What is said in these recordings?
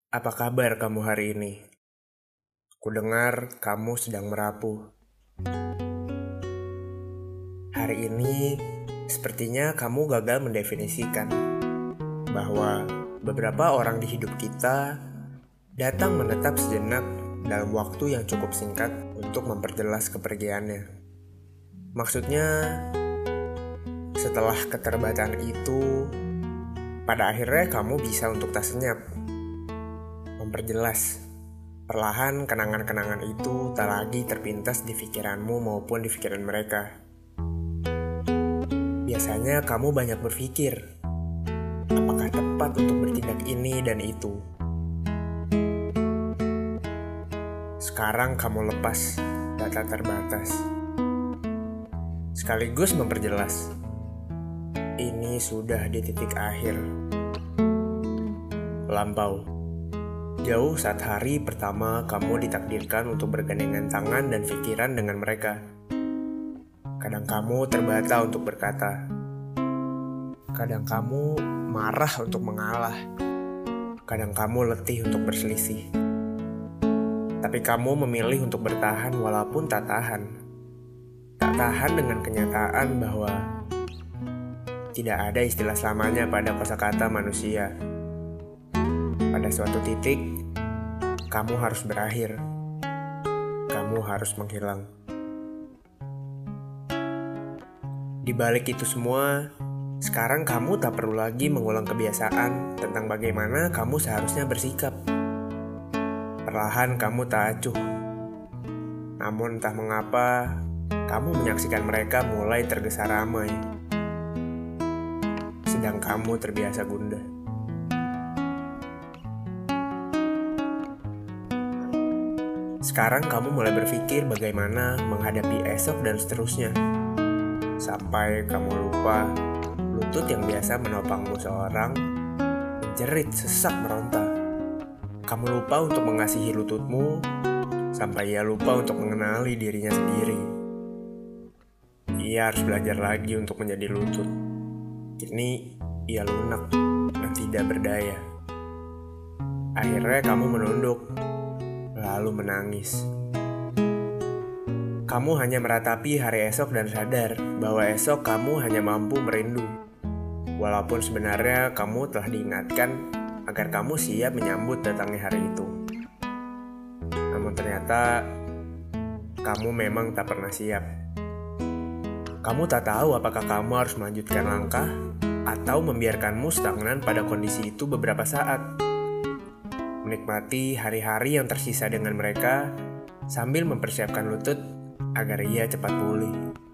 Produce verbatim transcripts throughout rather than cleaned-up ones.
Apa kabar kamu hari ini? Kudengar kamu sedang merapuh. Hari ini, sepertinya kamu gagal mendefinisikan bahwa beberapa orang di hidup kita datang menetap sejenak dalam waktu yang cukup singkat untuk memperjelas kepergiannya. Maksudnya, setelah keterbatasan itu, pada akhirnya kamu bisa untuk tak senyap memperjelas. Perlahan kenangan-kenangan itu tak lagi terpintas di pikiranmu maupun di pikiran mereka. Biasanya kamu banyak berpikir, apakah tepat untuk bertindak ini dan itu. Sekarang kamu lepas data terbatas. Sekaligus memperjelas. Ini sudah di titik akhir. Lampau. Jauh saat hari pertama kamu ditakdirkan untuk bergandengan tangan dan pikiran dengan mereka. Kadang kamu terbata untuk berkata. Kadang kamu marah untuk mengalah. Kadang kamu letih untuk berselisih. Tapi kamu memilih untuk bertahan walaupun tak tahan. Tak tahan dengan kenyataan bahwa tidak ada istilah selamanya pada kosakata manusia. Pada suatu titik, kamu harus berakhir. Kamu harus menghilang. Di balik itu semua, sekarang kamu tak perlu lagi mengulang kebiasaan tentang bagaimana kamu seharusnya bersikap. Perlahan kamu tak acuh. Namun entah mengapa, kamu menyaksikan mereka mulai tergesa ramai. Sedang kamu terbiasa gundah. Sekarang kamu mulai berpikir bagaimana menghadapi esok dan seterusnya. Sampai kamu lupa lutut yang biasa menopangmu seorang menjerit sesak meronta. Kamu lupa untuk mengasihi lututmu sampai ia lupa untuk mengenali dirinya sendiri. Ia harus belajar lagi untuk menjadi lutut. Kini ia lunak dan tidak berdaya. Akhirnya kamu menunduk lalu menangis. Kamu hanya meratapi hari esok dan sadar bahwa esok kamu hanya mampu merindu. Walaupun sebenarnya kamu telah diingatkan agar kamu siap menyambut datangnya hari itu. Namun ternyata kamu memang tak pernah siap. Kamu tak tahu apakah kamu harus melanjutkan langkah atau membiarkanmu stagnan pada kondisi itu beberapa saat. Menikmati hari-hari yang tersisa dengan mereka sambil mempersiapkan lutut agar ia cepat pulih.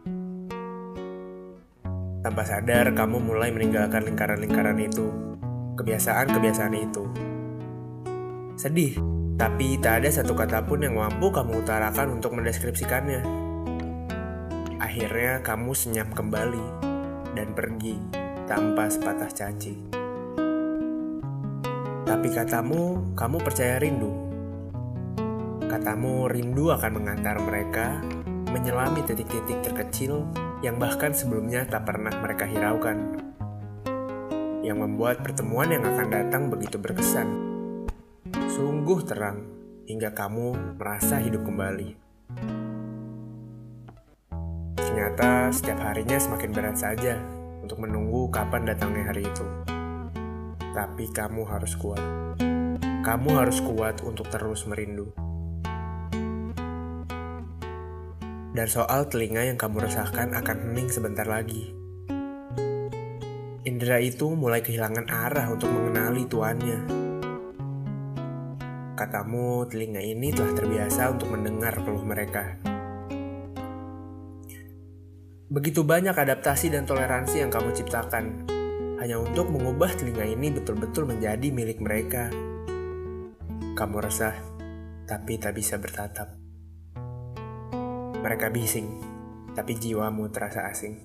Tanpa sadar, kamu mulai meninggalkan lingkaran-lingkaran itu, kebiasaan-kebiasaan itu. Sedih, tapi tak ada satu kata pun yang mampu kamu utarakan untuk mendeskripsikannya. Akhirnya kamu senyap kembali dan pergi tanpa sepatah caci. Tapi katamu, kamu percaya rindu. Katamu rindu akan mengantar mereka menyelami titik-titik terkecil yang bahkan sebelumnya tak pernah mereka hiraukan. Yang membuat pertemuan yang akan datang begitu berkesan. Sungguh terang hingga kamu merasa hidup kembali. Ternyata setiap harinya semakin berat saja untuk menunggu kapan datangnya hari itu. Tapi kamu harus kuat. Kamu harus kuat untuk terus merindu. Dan soal telinga yang kamu resahkan akan hening sebentar lagi. Indera itu mulai kehilangan arah untuk mengenali tuannya. Katamu, telinga ini telah terbiasa untuk mendengar keluh mereka. Begitu banyak adaptasi dan toleransi yang kamu ciptakan hanya untuk mengubah telinga ini betul-betul menjadi milik mereka. Kamu resah, tapi tak bisa bertatap. Mereka bising, tapi jiwamu terasa asing.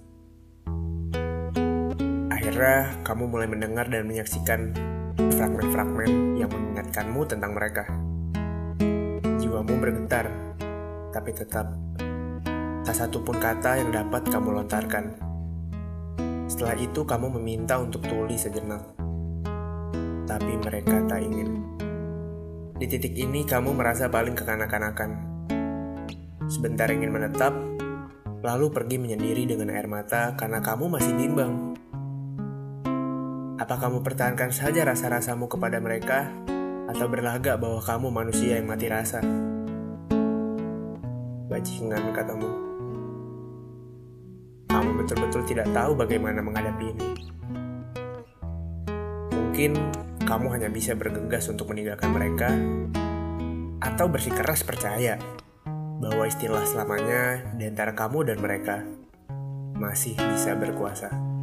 Akhirnya, kamu mulai mendengar dan menyaksikan fragmen-fragmen yang mengingatkanmu tentang mereka. Jiwamu bergetar, tapi tetap tak satu pun kata yang dapat kamu lontarkan. Setelah itu kamu meminta untuk tuli sejenak. Tapi mereka tak ingin. Di titik ini kamu merasa paling kekanak-kanakan. Sebentar ingin menetap, lalu pergi menyendiri dengan air mata karena kamu masih bimbang. Apa kamu pertahankan saja rasa-rasamu kepada mereka, atau berlagak bahwa kamu manusia yang mati rasa? Bajingan, katamu. Kamu betul-betul tidak tahu bagaimana menghadapi ini. Mungkin kamu hanya bisa bergegas untuk meninggalkan mereka, atau bersikeras percaya bahwa istilah selamanya di antara kamu dan mereka masih bisa berkuasa.